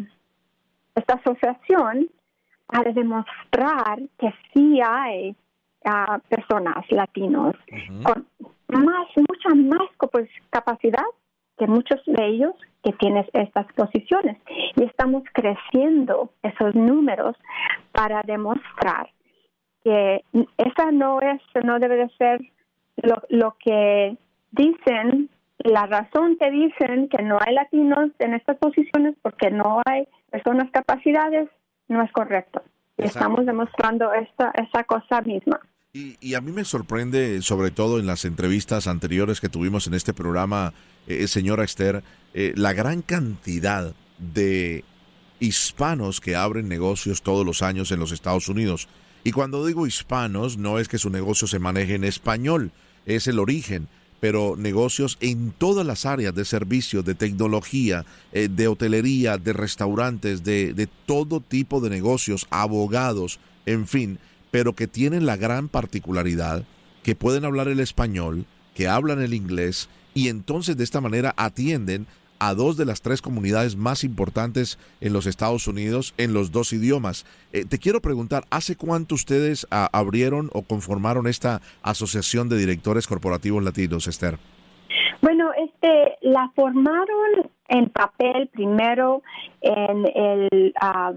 S5: asociación para demostrar que sí hay personas latinos con mucha más capacidad que muchos de ellos que tienen estas posiciones. Y estamos creciendo esos números para demostrar que esa no debe de ser lo que dicen, la razón que dicen que no hay latinos en estas posiciones porque no hay personas capacidades, no es correcto. Y estamos demostrando esa cosa misma.
S2: Y a mí me sorprende, sobre todo en las entrevistas anteriores que tuvimos en este programa, señora Esther, la gran cantidad de hispanos que abren negocios todos los años en los Estados Unidos. Y cuando digo hispanos, no es que su negocio se maneje en español, es el origen, pero negocios en todas las áreas de servicios, de tecnología, de hotelería, de restaurantes, de todo tipo de negocios, abogados, en fin, pero que tienen la gran particularidad que pueden hablar el español, que hablan el inglés, y entonces de esta manera atienden a 2 de las 3 comunidades más importantes en los Estados Unidos en los 2 idiomas. Te quiero preguntar, ¿hace cuánto ustedes abrieron o conformaron esta asociación de directores corporativos latinos, Esther?
S5: Bueno, la formaron en papel primero en el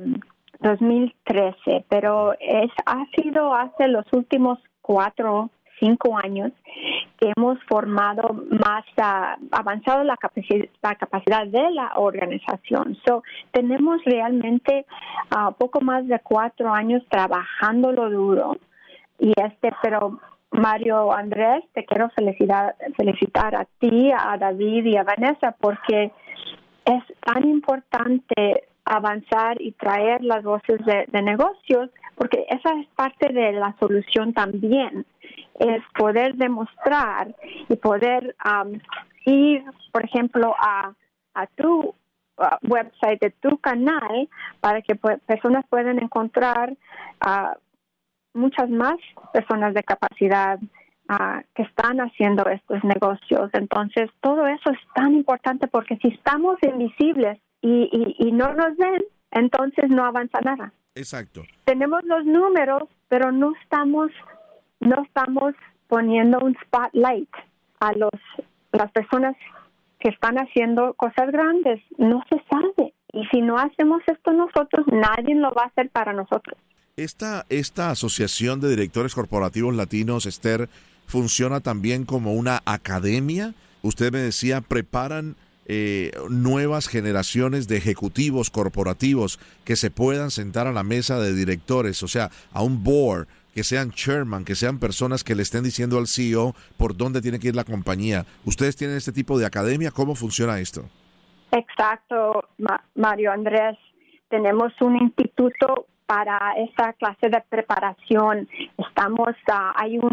S5: 2013, pero ha sido hace los últimos 4 5 años que hemos formado más, avanzado la capacidad de la organización. Tenemos realmente poco más de 4 años trabajándolo duro. Pero Mario Andrés, te quiero felicitar a ti, a David y a Vanessa, porque es tan importante avanzar y traer las voces de negocios, porque esa es parte de la solución también, es poder demostrar y poder ir, por ejemplo, a tu website, de tu canal, para que personas puedan encontrar muchas más personas de capacidad que están haciendo estos negocios. Entonces, todo eso es tan importante, porque si estamos invisibles y no nos ven, entonces no avanza nada.
S2: Exacto.
S5: Tenemos los números, pero no estamos poniendo un spotlight a las personas que están haciendo cosas grandes. No se sabe. Y si no hacemos esto nosotros, nadie lo va a hacer para nosotros.
S2: Esta asociación de directores corporativos latinos, Esther, funciona también como una academia. Usted me decía, preparan nuevas generaciones de ejecutivos corporativos que se puedan sentar a la mesa de directores, o sea, a un board, que sean chairman, que sean personas que le estén diciendo al CEO por dónde tiene que ir la compañía. ¿Ustedes tienen este tipo de academia? ¿Cómo funciona esto?
S5: Exacto, Mario Andrés. Tenemos un instituto para esta clase de preparación. Hay un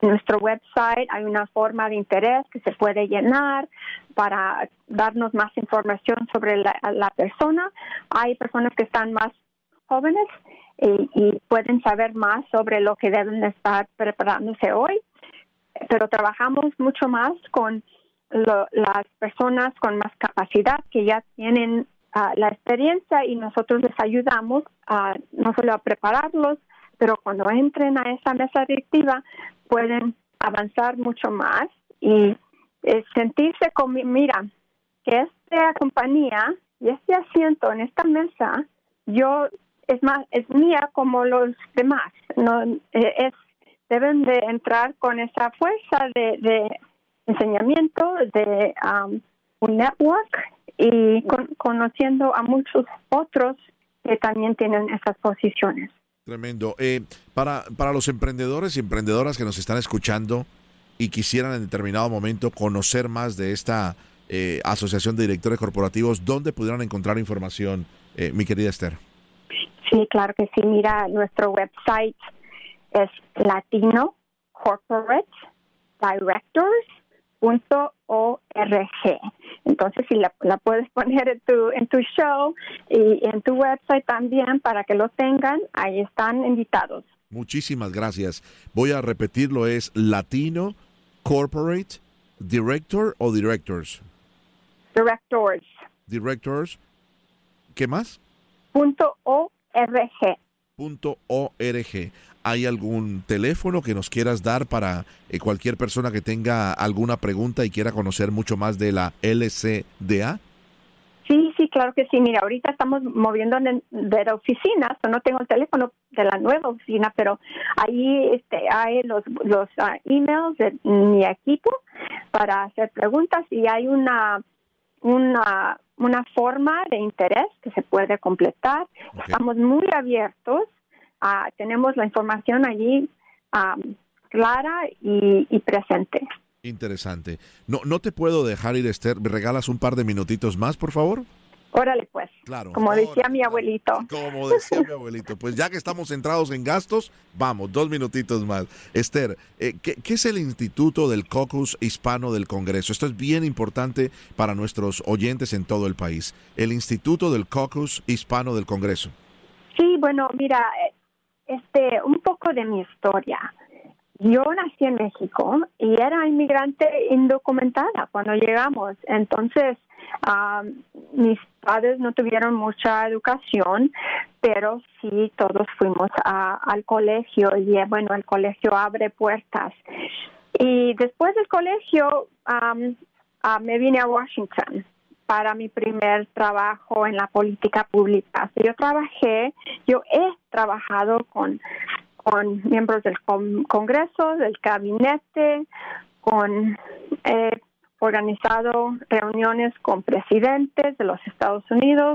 S5: nuestro website hay una forma de interés que se puede llenar para darnos más información sobre la persona. Hay personas que están más jóvenes y pueden saber más sobre lo que deben estar preparándose hoy, pero trabajamos mucho más con las personas con más capacidad que ya tienen la experiencia, y nosotros les ayudamos no solo a prepararlos, pero cuando entren a esa mesa directiva pueden avanzar mucho más y sentirse como, mira, que esta compañía y este asiento en esta mesa es mía como los demás. No deben de entrar con esa fuerza de enseñamiento, de un network, y conociendo a muchos otros que también tienen esas posiciones.
S2: Tremendo. Para los emprendedores y emprendedoras que nos están escuchando y quisieran en determinado momento conocer más de esta Asociación de Directores Corporativos, ¿dónde pudieran encontrar información, mi querida Esther?
S5: Sí, claro que sí. Mira, nuestro website es latinocorporatedirectors.org. Entonces, si la puedes poner en tu show y en tu website también para que lo tengan, ahí están invitados.
S2: Muchísimas gracias. Voy a repetirlo, es Latino Corporate Director o Directors. Directors. ¿Qué más?
S5: .org.
S2: .org. ¿Hay algún teléfono que nos quieras dar para cualquier persona que tenga alguna pregunta y quiera conocer mucho más de la LCDA?
S5: Sí, claro que sí. Mira, ahorita estamos moviendo de la oficina, no tengo el teléfono de la nueva oficina, pero ahí hay los emails de mi equipo para hacer preguntas, y hay una forma de interés que se puede completar. Okay. Estamos muy abiertos. Tenemos la información allí clara y presente.
S2: Interesante. No te puedo dejar ir, Esther. ¿Me regalas un par de minutitos más, por favor?
S5: Órale, pues.
S2: Claro.
S5: Como decía mi abuelito.
S2: Como decía mi abuelito. Pues ya que estamos centrados en gastos, vamos, 2 minutitos más. Esther, ¿qué es el Instituto del Caucus Hispano del Congreso? Esto es bien importante para nuestros oyentes en todo el país. El Instituto del Caucus Hispano del Congreso.
S5: Sí, bueno, mira, un poco de mi historia. Yo nací en México y era inmigrante indocumentada cuando llegamos. Entonces, mis padres no tuvieron mucha educación, pero sí todos fuimos al colegio, y bueno, el colegio abre puertas. Y después del colegio me vine a Washington para mi primer trabajo en la política pública. Yo he trabajado con miembros del Congreso, del gabinete, organizado reuniones con presidentes de los Estados Unidos,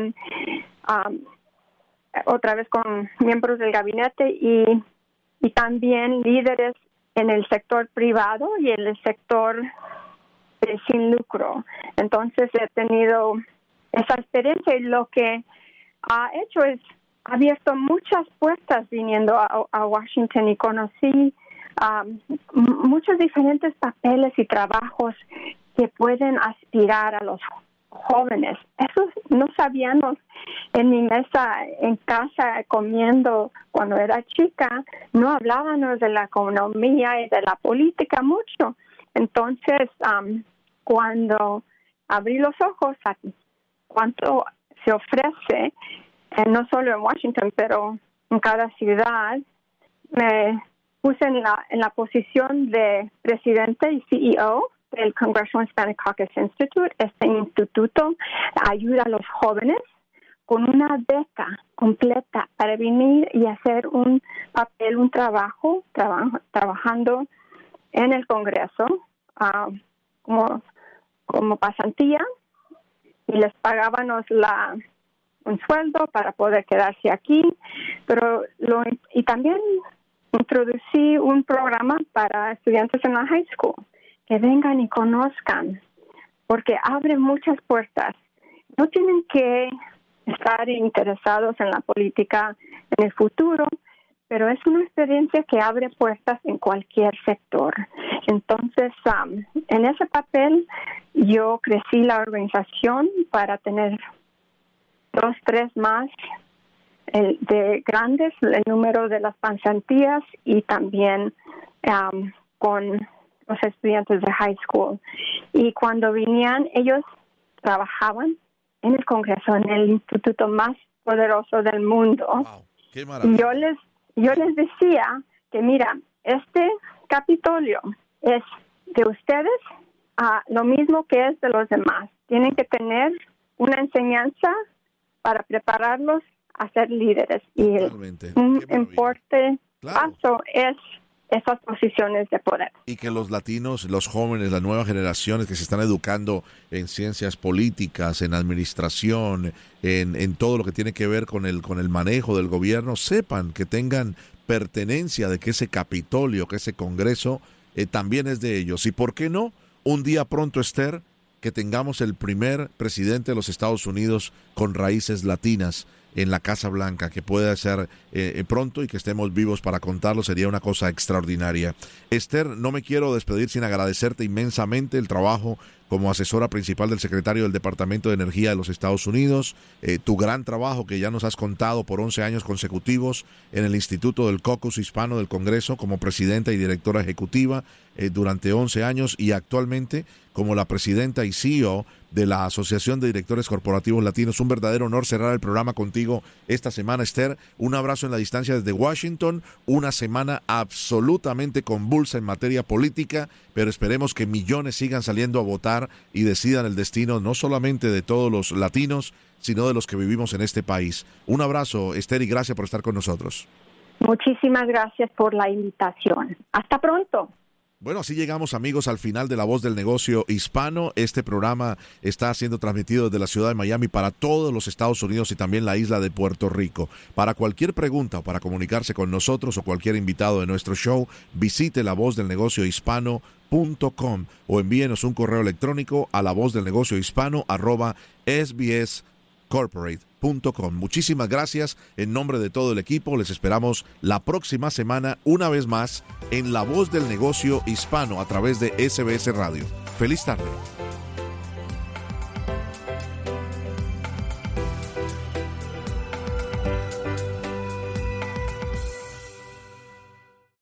S5: otra vez con miembros del gabinete y también líderes en el sector privado y en el sector sin lucro. Entonces he tenido esa experiencia, y lo que ha hecho es abierto muchas puertas viniendo a Washington, y conocí muchos diferentes papeles y trabajos que pueden aspirar a los jóvenes. Eso no sabíamos en mi mesa en casa comiendo cuando era chica. No hablábamos de la economía y de la política mucho. Entonces, cuando abrí los ojos a cuánto se ofrece, no solo en Washington, pero en cada ciudad, me puse en la posición de presidente y CEO del Congressional Hispanic Caucus Institute. Este instituto ayuda a los jóvenes con una beca completa para venir y hacer un trabajo trabajando en el Congreso como pasantía, y les pagábamos un sueldo para poder quedarse aquí, y también introducí un programa para estudiantes en la high school, que vengan y conozcan, porque abre muchas puertas. No tienen que estar interesados en la política en el futuro, pero es una experiencia que abre puertas en cualquier sector. Entonces, en ese papel, yo crecí la organización para tener 2, 3 más de grandes, el número de las pasantías y también con los estudiantes de high school. Y cuando venían, ellos trabajaban en el Congreso, en el instituto más poderoso del mundo.
S2: Wow, qué maravilla.
S5: Y yo les decía que, mira, este Capitolio es de ustedes lo mismo que es de los demás. Tienen que tener una enseñanza para prepararlos a ser líderes. Y un importante paso es esas posiciones de poder.
S2: Y que los latinos, los jóvenes, las nuevas generaciones que se están educando en ciencias políticas, en administración, en todo lo que tiene que ver con el manejo del gobierno, sepan que tengan pertenencia de que ese Capitolio, que ese Congreso también es de ellos. Y por qué no, un día pronto, Esther, que tengamos el primer presidente de los Estados Unidos con raíces latinas en la Casa Blanca, que pueda ser pronto y que estemos vivos para contarlo, sería una cosa extraordinaria. Esther, no me quiero despedir sin agradecerte inmensamente el trabajo como asesora principal del secretario del Departamento de Energía de los Estados Unidos, tu gran trabajo que ya nos has contado por 11 años consecutivos en el Instituto del Caucus Hispano del Congreso como presidenta y directora ejecutiva durante 11 años y actualmente como la presidenta y CEO de la Asociación de Directores Corporativos Latinos. Un verdadero honor cerrar el programa contigo esta semana, Esther. Un abrazo en la distancia desde Washington. Una semana absolutamente convulsa en materia política, pero esperemos que millones sigan saliendo a votar y decidan el destino no solamente de todos los latinos, sino de los que vivimos en este país. Un abrazo, Esther, y gracias por estar con nosotros.
S5: Muchísimas gracias por la invitación. Hasta pronto.
S2: Bueno, así llegamos, amigos, al final de La Voz del Negocio Hispano. Este programa está siendo transmitido desde la ciudad de Miami para todos los Estados Unidos y también la isla de Puerto Rico. Para cualquier pregunta o para comunicarse con nosotros o cualquier invitado de nuestro show, visite lavozdelnegociohispano.com o envíenos un correo electrónico a lavozdelnegociohispano@sbscorporate.com. Muchísimas gracias en nombre de todo el equipo. Les esperamos la próxima semana una vez más en La Voz del Negocio Hispano a través de SBS Radio. Feliz tarde.